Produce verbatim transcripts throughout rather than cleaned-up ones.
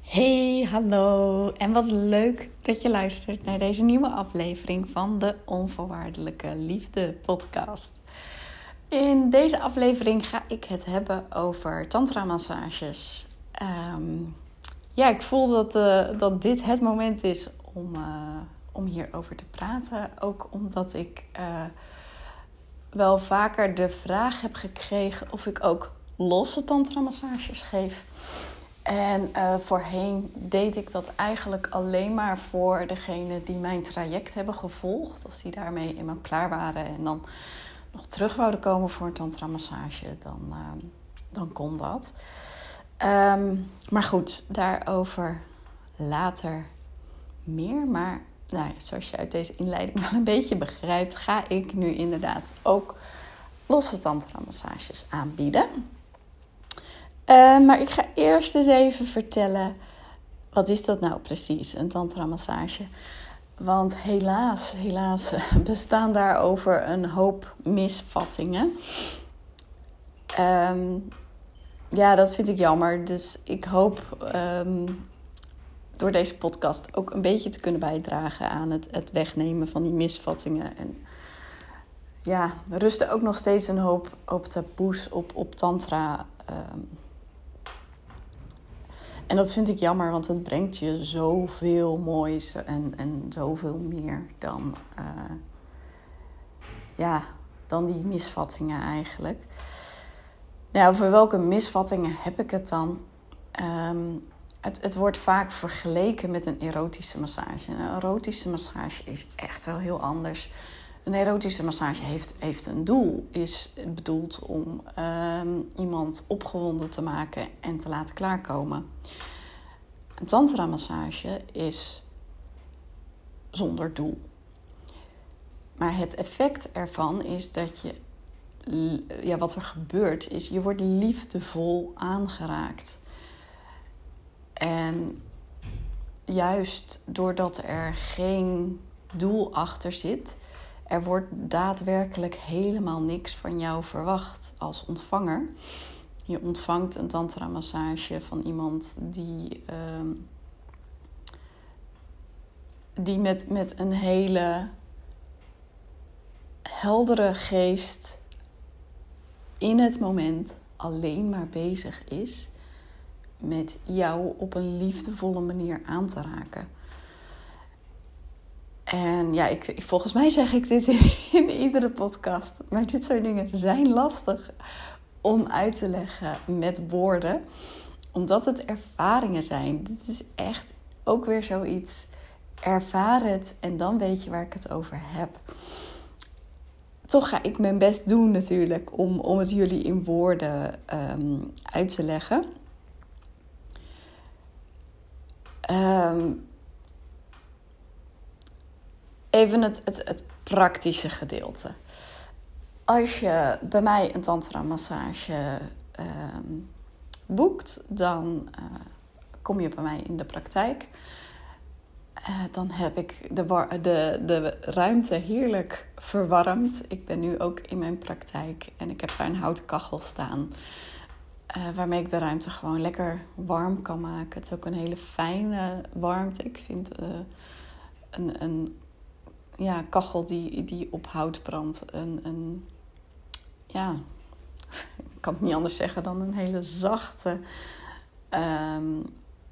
Hey, hallo en wat leuk dat je luistert naar deze nieuwe aflevering van de Onvoorwaardelijke Liefde podcast. In deze aflevering ga ik het hebben over tantra-massages. Um, ja, ik voel dat, uh, dat dit het moment is om, uh, om hierover te praten. Ook omdat ik uh, wel vaker de vraag heb gekregen of ik ook losse tantra-massages geef. En uh, voorheen deed ik dat eigenlijk alleen maar voor degenen die mijn traject hebben gevolgd. Als die daarmee eenmaal klaar waren en dan nog terug wouden komen voor een tantra-massage, dan, uh, dan kon dat. Um, maar goed, daarover later meer. Maar nou ja, zoals je uit deze inleiding wel een beetje begrijpt, ga ik nu inderdaad ook losse tantra-massages aanbieden. Uh, maar ik ga eerst eens even vertellen, wat is dat nou precies, een tantra-massage? Want helaas, helaas bestaan daarover een hoop misvattingen. Um, ja, dat vind ik jammer. Dus ik hoop um, door deze podcast ook een beetje te kunnen bijdragen aan het, het wegnemen van die misvattingen. En ja, er rusten ook nog steeds een hoop, hoop taboes op, op tantra. Um, En dat vind ik jammer, want het brengt je zoveel moois en, en zoveel meer dan, uh, ja, dan die misvattingen eigenlijk. Nou, over welke misvattingen heb ik het dan? Um, het, het wordt vaak vergeleken met een erotische massage. Een erotische massage is echt wel heel anders. Een erotische massage heeft, heeft een doel, is bedoeld om um, iemand opgewonden te maken en te laten klaarkomen. Een tantra-massage is zonder doel. Maar het effect ervan is dat je, ja, wat er gebeurt is, je wordt liefdevol aangeraakt. En juist doordat er geen doel achter zit, er wordt daadwerkelijk helemaal niks van jou verwacht als ontvanger. Je ontvangt een tantra-massage van iemand die, uh, die met, met een hele heldere geest in het moment alleen maar bezig is met jou op een liefdevolle manier aan te raken. En ja, ik, ik, volgens mij zeg ik dit in, in iedere podcast. Maar dit soort dingen zijn lastig om uit te leggen met woorden. Omdat het ervaringen zijn. Dit is echt ook weer zoiets. Ervaar het en dan weet je waar ik het over heb. Toch ga ik mijn best doen natuurlijk om, om het jullie in woorden um, uit te leggen. Um, Even het, het, het praktische gedeelte. Als je bij mij een tantra-massage uh, boekt, dan uh, kom je bij mij in de praktijk. Uh, dan heb ik de, de, de ruimte heerlijk verwarmd. Ik ben nu ook in mijn praktijk en ik heb daar een houten kachel staan. Uh, waarmee ik de ruimte gewoon lekker warm kan maken. Het is ook een hele fijne warmte. Ik vind uh, een... een Ja, kachel die, die op hout brandt. Een, een, ja, ik kan het niet anders zeggen dan een hele zachte, um,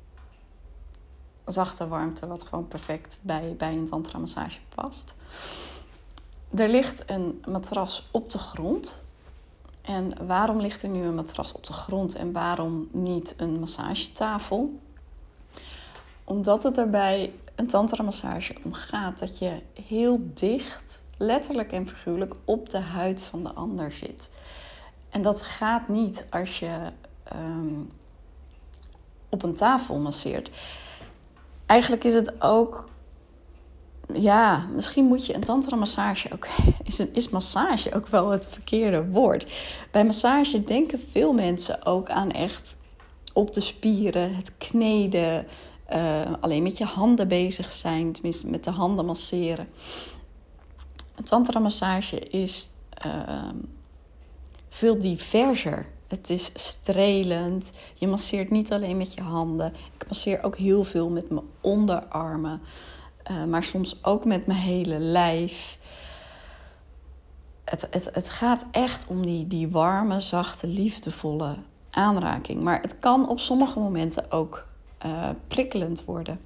zachte warmte, wat gewoon perfect bij, bij een tantra-massage past. Er ligt een matras op de grond. En waarom ligt er nu een matras op de grond en waarom niet een massagetafel? Omdat het erbij een tantra-massage om gaat dat je heel dicht, letterlijk en figuurlijk, op de huid van de ander zit. En dat gaat niet als je um, op een tafel masseert. Eigenlijk is het ook, ja, misschien moet je een tantra-massage ook, is, een, is massage ook wel het verkeerde woord. Bij massage denken veel mensen ook aan echt op de spieren, het kneden. Uh, alleen met je handen bezig zijn, tenminste met de handen masseren. Een tantra-massage is uh, veel diverser Het is strelend. Je masseert niet alleen met je handen. Ik masseer ook heel veel met mijn onderarmen. Uh, maar soms ook met mijn hele lijf. Het, het, het gaat echt om die, die warme, zachte, liefdevolle aanraking. Maar het kan op sommige momenten ook uh, prikkelend worden.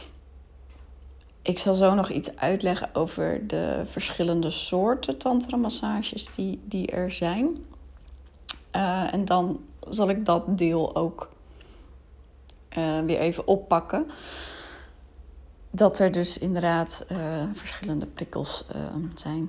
Ik zal zo nog iets uitleggen over de verschillende soorten tantra-massages die, die er zijn. Uh, en dan zal ik dat deel ook uh, weer even oppakken. Dat er dus inderdaad uh, verschillende prikkels uh, zijn.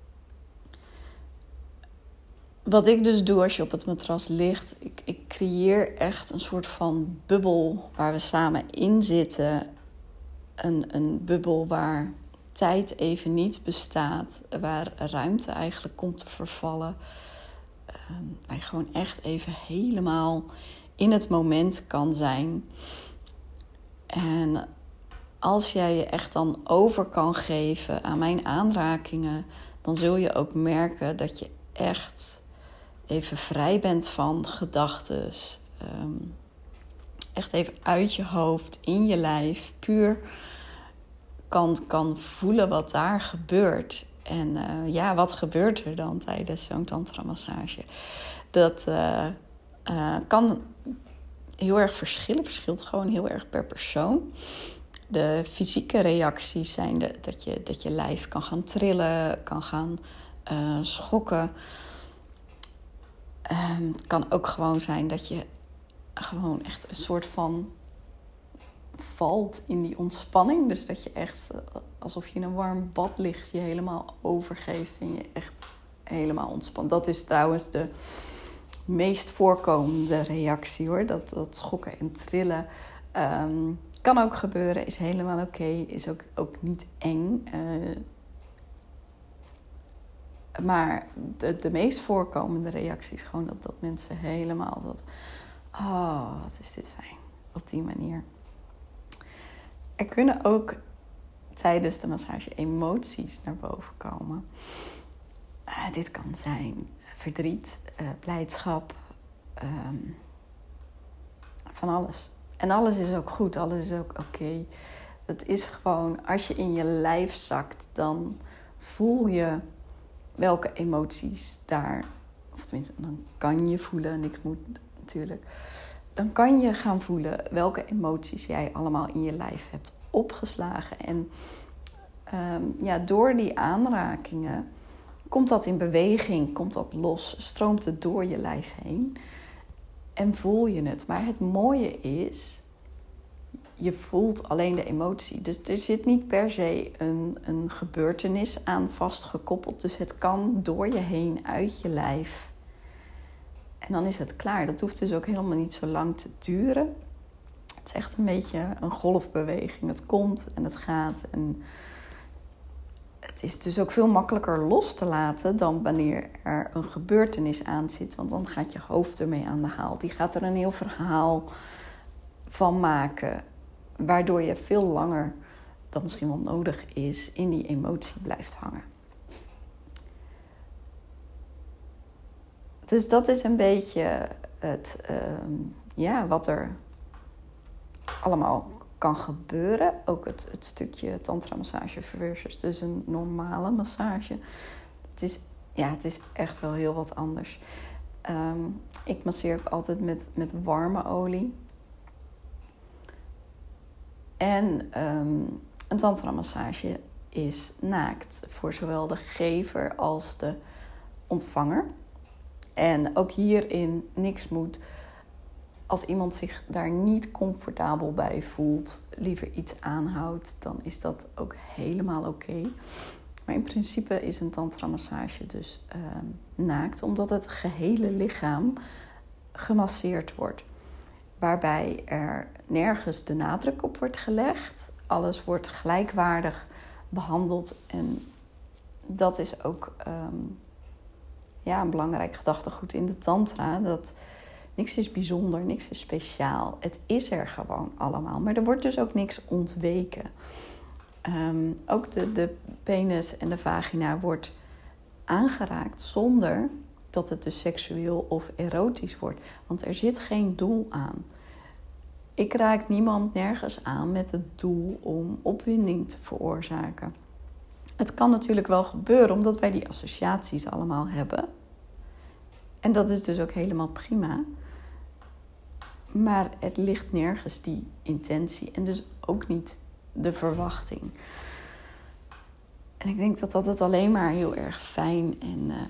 Wat ik dus doe als je op het matras ligt, ik, ik creëer echt een soort van bubbel waar we samen in zitten. Een, een bubbel waar tijd even niet bestaat, waar ruimte eigenlijk komt te vervallen. Uh, waar je gewoon echt even helemaal in het moment kan zijn. En als jij je echt dan over kan geven aan mijn aanrakingen, dan zul je ook merken dat je echt even vrij bent van gedachten. Um, echt even uit je hoofd, in je lijf, puur kan, kan voelen wat daar gebeurt. En uh, ja, wat gebeurt er dan tijdens zo'n tantra-massage? Dat uh, uh, kan heel erg verschillen, verschilt gewoon heel erg per persoon. De fysieke reacties zijn de, dat, je, dat je lijf kan gaan trillen, kan gaan uh, schokken. Um, het kan ook gewoon zijn dat je gewoon echt een soort van valt in die ontspanning. Dus dat je echt, alsof je in een warm bad ligt, je helemaal overgeeft en je echt helemaal ontspant. Dat is trouwens de meest voorkomende reactie hoor. Dat, dat schokken en trillen. Um, kan ook gebeuren, is helemaal oké. Okay, is ook, ook niet eng. Uh, maar de, de meest voorkomende reactie is gewoon dat, dat mensen helemaal dat... Oh, wat is dit fijn. Op die manier. Er kunnen ook tijdens de massage emoties naar boven komen. Uh, dit kan zijn verdriet, uh, blijdschap, um, van alles. En alles is ook goed, alles is ook oké. Okay. Het is gewoon, als je in je lijf zakt, dan voel je welke emoties daar, of tenminste, dan kan je voelen, niks moet natuurlijk. Dan kan je gaan voelen welke emoties jij allemaal in je lijf hebt opgeslagen. En um, ja, door die aanrakingen komt dat in beweging, komt dat los, stroomt het door je lijf heen. En voel je het. Maar het mooie is, je voelt alleen de emotie. Dus er zit niet per se een, een gebeurtenis aan vastgekoppeld. Dus het kan door je heen, uit je lijf. En dan is het klaar. Dat hoeft dus ook helemaal niet zo lang te duren. Het is echt een beetje een golfbeweging. Het komt en het gaat. En het is dus ook veel makkelijker los te laten dan wanneer er een gebeurtenis aan zit. Want dan gaat je hoofd ermee aan de haal. Die gaat er een heel verhaal van maken. Waardoor je veel langer dan misschien wel nodig is in die emotie blijft hangen. Dus dat is een beetje het, uh, ja, wat er allemaal kan gebeuren. Ook het, het stukje tantra-massage versus dus een normale massage. Het is, ja, het is echt wel heel wat anders. Um, ik masseer ook altijd met, met warme olie. En um, een tantra-massage is naakt voor zowel de gever als de ontvanger. En ook hierin niks moet. Als iemand zich daar niet comfortabel bij voelt, liever iets aanhoudt, dan is dat ook helemaal oké. Okay. Maar in principe is een tantra-massage dus uh, naakt, omdat het gehele lichaam gemasseerd wordt. Waarbij er nergens de nadruk op wordt gelegd. Alles wordt gelijkwaardig behandeld. En dat is ook um, ja, een belangrijk gedachtegoed in de tantra. Dat niks is bijzonder, niks is speciaal. Het is er gewoon allemaal. Maar er wordt dus ook niks ontweken. Um, ook de, de penis en de vagina wordt aangeraakt zonder dat het dus seksueel of erotisch wordt. Want er zit geen doel aan. Ik raak niemand nergens aan met het doel om opwinding te veroorzaken. Het kan natuurlijk wel gebeuren, omdat wij die associaties allemaal hebben. En dat is dus ook helemaal prima. Maar er ligt nergens die intentie en dus ook niet de verwachting. En ik denk dat dat het alleen maar heel erg fijn en, uh,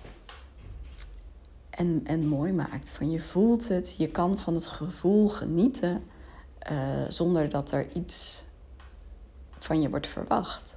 en, en mooi maakt. Van je voelt het, je kan van het gevoel genieten uh, zonder dat er iets van je wordt verwacht.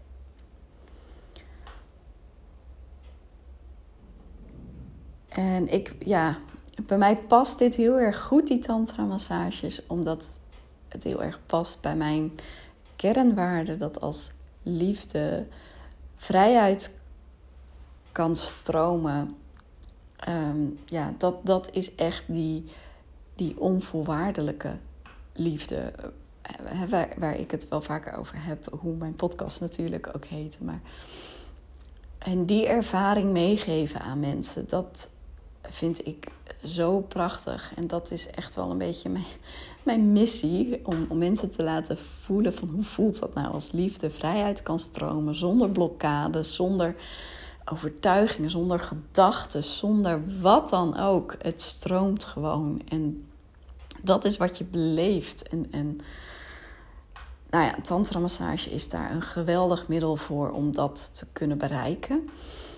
En ik, ja, bij mij past dit heel erg goed, die tantra-massages, omdat het heel erg past bij mijn kernwaarden, dat als liefde vrijuit kan stromen. Um, ja, dat, dat is echt die, die onvoorwaardelijke liefde, uh, waar, waar ik het wel vaker over heb, hoe mijn podcast natuurlijk ook heet. Maar en die ervaring meegeven aan mensen, dat vind ik zo prachtig. En dat is echt wel een beetje mijn, mijn missie. Om, om mensen te laten voelen van hoe voelt dat nou als liefde vrijheid kan stromen. Zonder blokkades, zonder overtuigingen, zonder gedachten, zonder wat dan ook. Het stroomt gewoon. En dat is wat je beleeft. En, en nou ja, tantra-massage is daar een geweldig middel voor om dat te kunnen bereiken.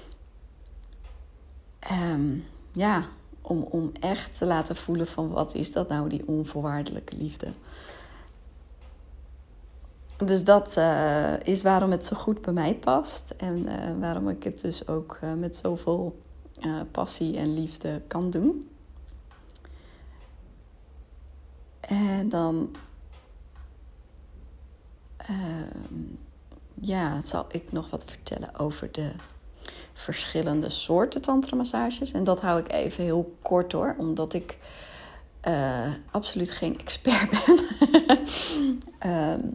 Um, ja, om, om echt te laten voelen van wat is dat nou, die onvoorwaardelijke liefde. Dus dat uh, is waarom het zo goed bij mij past. En uh, waarom ik het dus ook uh, met zoveel uh, passie en liefde kan doen. En dan Uh, ja, zal ik nog wat vertellen over de verschillende soorten tantramassages. En dat hou ik even heel kort hoor, omdat ik uh, absoluut geen expert ben. uh,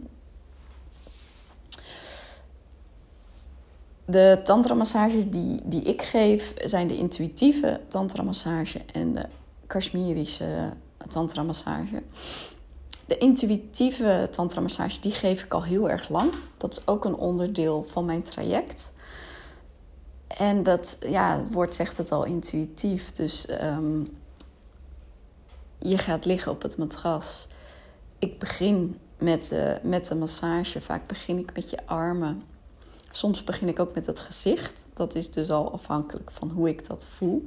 de tantramassages die, die ik geef zijn de intuïtieve tantramassage en de Kashmirische tantramassage. De intuïtieve tantramassage, die geef ik al heel erg lang. Dat is ook een onderdeel van mijn traject. En dat, ja, het woord zegt het al, intuïtief. Dus um, je gaat liggen op het matras. Ik begin met de, met de massage. Vaak begin ik met je armen. Soms begin ik ook met het gezicht. Dat is dus al afhankelijk van hoe ik dat voel.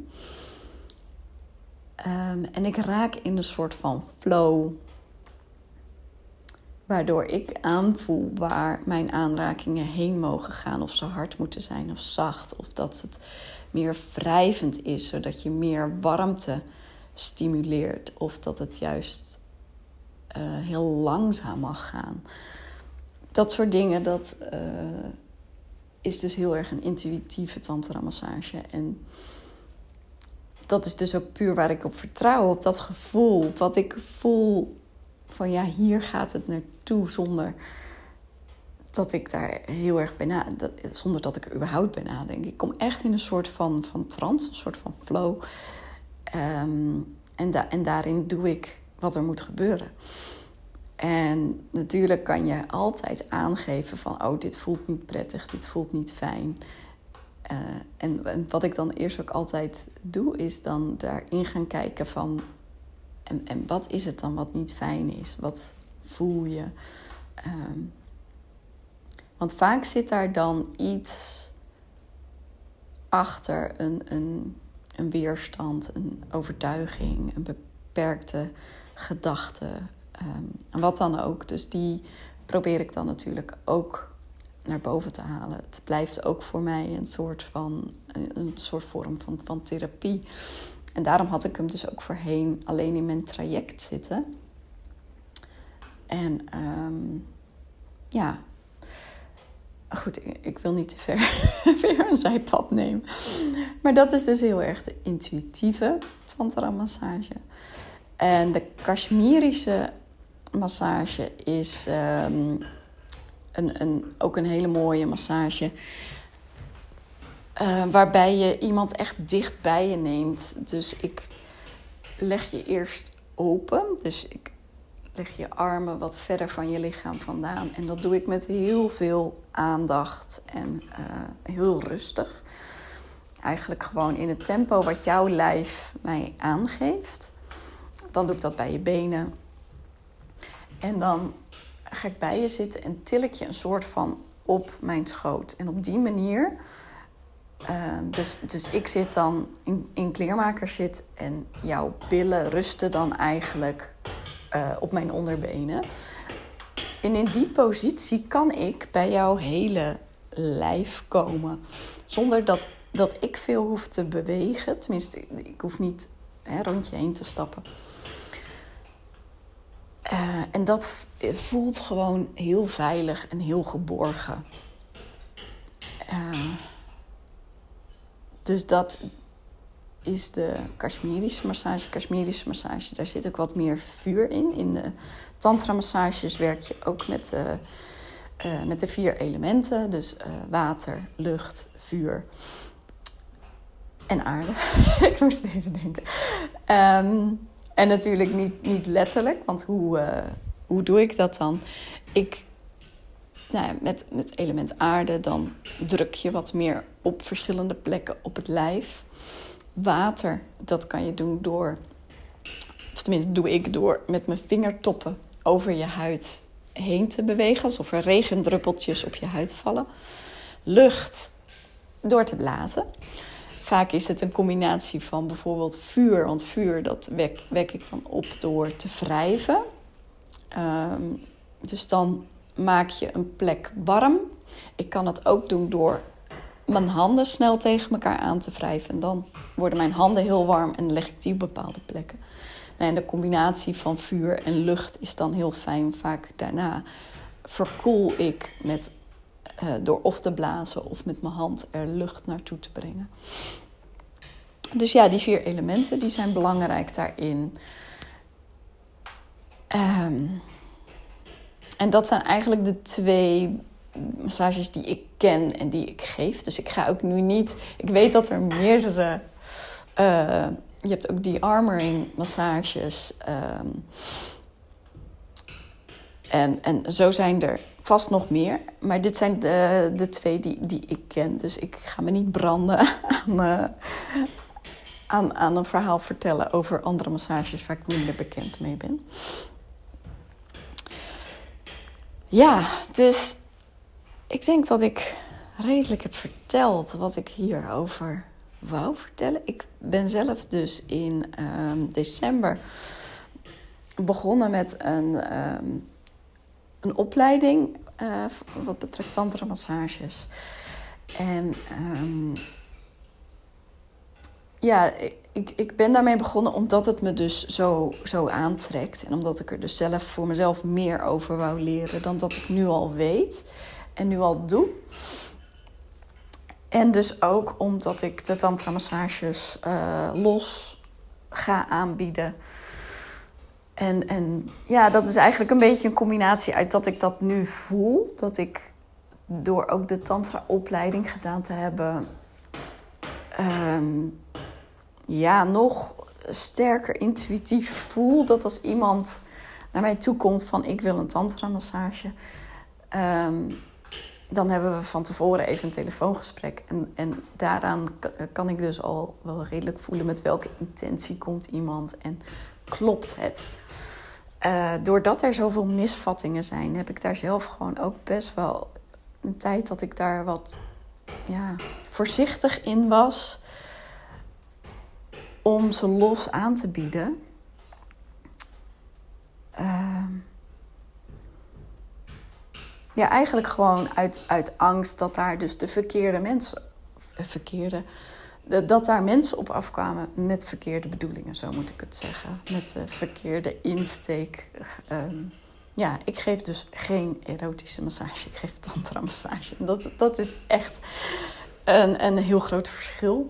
Um, en ik raak in een soort van flow, waardoor ik aanvoel waar mijn aanrakingen heen mogen gaan. Of ze hard moeten zijn of zacht. Of dat het meer wrijvend is, zodat je meer warmte stimuleert. Of dat het juist uh, heel langzaam mag gaan. Dat soort dingen, dat uh, is dus heel erg een intuïtieve tantra-massage. En dat is dus ook puur waar ik op vertrouw. Op dat gevoel, op wat ik voel. Van ja, hier gaat het naartoe zonder dat ik daar heel erg bij nadenk. Zonder dat ik er überhaupt bij nadenk. Ik kom echt in een soort van, van trance, een soort van flow. Um, en, da- en daarin doe ik wat er moet gebeuren. En natuurlijk kan je altijd aangeven van, oh, dit voelt niet prettig, dit voelt niet fijn. Uh, en, en wat ik dan eerst ook altijd doe, is dan daarin gaan kijken van, En, en wat is het dan wat niet fijn is? Wat voel je? Um, want vaak zit daar dan iets achter. Een, een, een weerstand, een overtuiging, een beperkte gedachte. Um, en wat dan ook. Dus die probeer ik dan natuurlijk ook naar boven te halen. Het blijft ook voor mij een soort van een, een soort vorm van, van therapie. En daarom had ik hem dus ook voorheen alleen in mijn traject zitten. En um, ja, goed, ik, ik wil niet te ver weer een zijpad nemen. Maar dat is dus heel erg de intuïtieve tantra-massage. En de Kashmirische massage is um, een, een, ook een hele mooie massage. Uh, waarbij je iemand echt dicht bij je neemt. Dus ik leg je eerst open. Dus ik leg je armen wat verder van je lichaam vandaan. En dat doe ik met heel veel aandacht en uh, heel rustig. Eigenlijk gewoon in het tempo wat jouw lijf mij aangeeft. Dan doe ik dat bij je benen. En dan ga ik bij je zitten en til ik je een soort van op mijn schoot. En op die manier... Uh, dus, dus ik zit dan in, in kleermakerszit en jouw billen rusten dan eigenlijk uh, op mijn onderbenen. En in die positie kan ik bij jouw hele lijf komen. Zonder dat, dat ik veel hoef te bewegen. Tenminste, ik hoef niet hè, rond je heen te stappen. Uh, en dat voelt gewoon heel veilig en heel geborgen. Uh, Dus dat is de Kashmirische massage. Kashmirische massage, daar zit ook wat meer vuur in. In de tantra massages werk je ook met de, uh, met de vier elementen. Dus uh, water, lucht, vuur en aarde. Ik moest even denken. Um, en natuurlijk niet, niet letterlijk, want hoe, uh, hoe doe ik dat dan? Ik... Nou ja, met, met element aarde, dan druk je wat meer op verschillende plekken op het lijf. Water, dat kan je doen door, of tenminste doe ik door met mijn vingertoppen over je huid heen te bewegen. Alsof er regendruppeltjes op je huid vallen. Lucht, door te blazen. Vaak is het een combinatie van bijvoorbeeld vuur. Want vuur, dat wek, wek ik dan op door te wrijven. Um, dus dan... maak je een plek warm. Ik kan het ook doen door mijn handen snel tegen elkaar aan te wrijven. En dan worden mijn handen heel warm en leg ik die op bepaalde plekken. En de combinatie van vuur en lucht is dan heel fijn. Vaak daarna verkoel ik met, uh, door of te blazen of met mijn hand er lucht naartoe te brengen. Dus ja, die vier elementen die zijn belangrijk daarin. Um, En dat zijn eigenlijk de twee massages die ik ken en die ik geef. Dus ik ga ook nu niet... Ik weet dat er meerdere... Uh, je hebt ook die armoring massages. Um, en, en zo zijn er vast nog meer. Maar dit zijn de, de twee die, die ik ken. Dus ik ga me niet branden aan, uh, aan, aan een verhaal vertellen over andere massages waar ik minder bekend mee ben. Ja, dus ik denk dat ik redelijk heb verteld wat ik hierover wou vertellen. Ik ben zelf dus in um, december begonnen met een, um, een opleiding uh, wat betreft tantra massages. En um, ja, ik, ik ben daarmee begonnen omdat het me dus zo, zo aantrekt. En omdat ik er dus zelf voor mezelf meer over wou leren dan dat ik nu al weet en nu al doe. En dus ook omdat ik de tantra massages uh, los ga aanbieden. En, en ja, dat is eigenlijk een beetje een combinatie uit dat ik dat nu voel. Dat ik door ook de tantra opleiding gedaan te hebben... Um, ja, nog sterker intuïtief voel dat als iemand naar mij toe komt van ik wil een tantra massage, um, dan hebben we van tevoren even een telefoongesprek. En, en daaraan kan ik dus al wel redelijk voelen met welke intentie komt iemand en klopt het. Uh, doordat er zoveel misvattingen zijn, heb ik daar zelf gewoon ook best wel een tijd dat ik daar wat ja, voorzichtig in was om ze los aan te bieden. Uh, ja, eigenlijk gewoon uit, uit angst dat daar dus de verkeerde mensen... verkeerde, de, dat daar mensen op afkwamen met verkeerde bedoelingen, zo moet ik het zeggen. Met de verkeerde insteek. Um, ja, ik geef dus geen erotische massage. Ik geef tantra massage. Dat, dat is echt een, een heel groot verschil.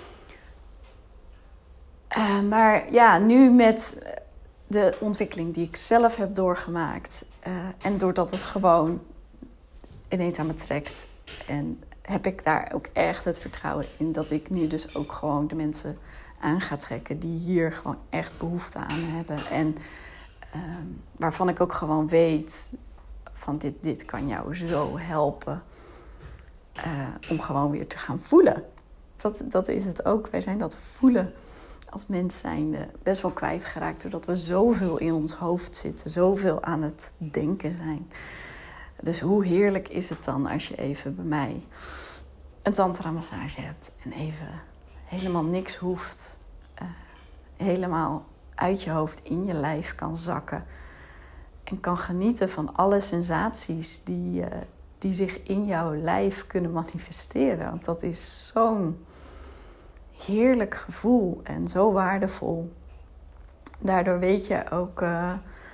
Uh, maar ja, nu met de ontwikkeling die ik zelf heb doorgemaakt. Uh, en doordat het gewoon ineens aan me trekt. En heb ik daar ook echt het vertrouwen in dat ik nu dus ook gewoon de mensen aan ga trekken die hier gewoon echt behoefte aan hebben. En uh, waarvan ik ook gewoon weet van dit, dit kan jou zo helpen uh, om gewoon weer te gaan voelen. Dat, dat is het ook. Wij zijn dat voelen als mens zijnde best wel kwijtgeraakt doordat we zoveel in ons hoofd zitten, zoveel aan het denken zijn. Dus hoe heerlijk is het dan als je even bij mij een tantra massage hebt en even helemaal niks hoeft. Uh, helemaal uit je hoofd in je lijf kan zakken. En kan genieten van alle sensaties die, uh, die zich in jouw lijf kunnen manifesteren. Want dat is zo'n heerlijk gevoel en zo waardevol. Daardoor weet je ook uh,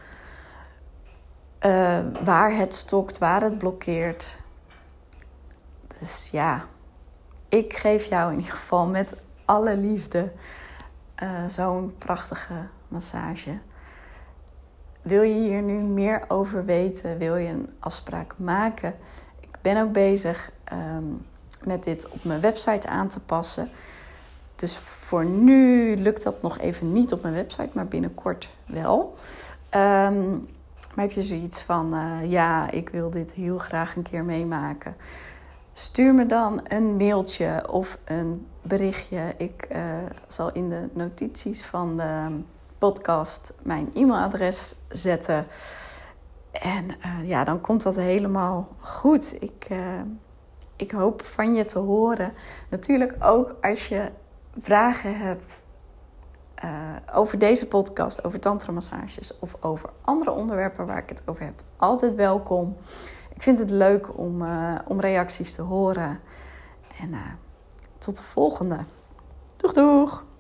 uh, waar het stokt, waar het blokkeert. Dus ja, ik geef jou in ieder geval met alle liefde uh, zo'n prachtige massage. Wil je hier nu meer over weten? Wil je een afspraak maken? Ik ben ook bezig um, met dit op mijn website aan te passen. Dus voor nu lukt dat nog even niet op mijn website, maar binnenkort wel. Um, maar heb je zoiets van, uh, ja, ik wil dit heel graag een keer meemaken. Stuur me dan een mailtje of een berichtje. Ik uh, zal in de notities van de podcast mijn e-mailadres zetten. En uh, ja, dan komt dat helemaal goed. Ik, uh, ik hoop van je te horen. Natuurlijk ook als je vragen hebt uh, over deze podcast, over tantramassages of over andere onderwerpen waar ik het over heb. Altijd welkom. Ik vind het leuk om, uh, om reacties te horen. En uh, tot de volgende. Doeg doeg!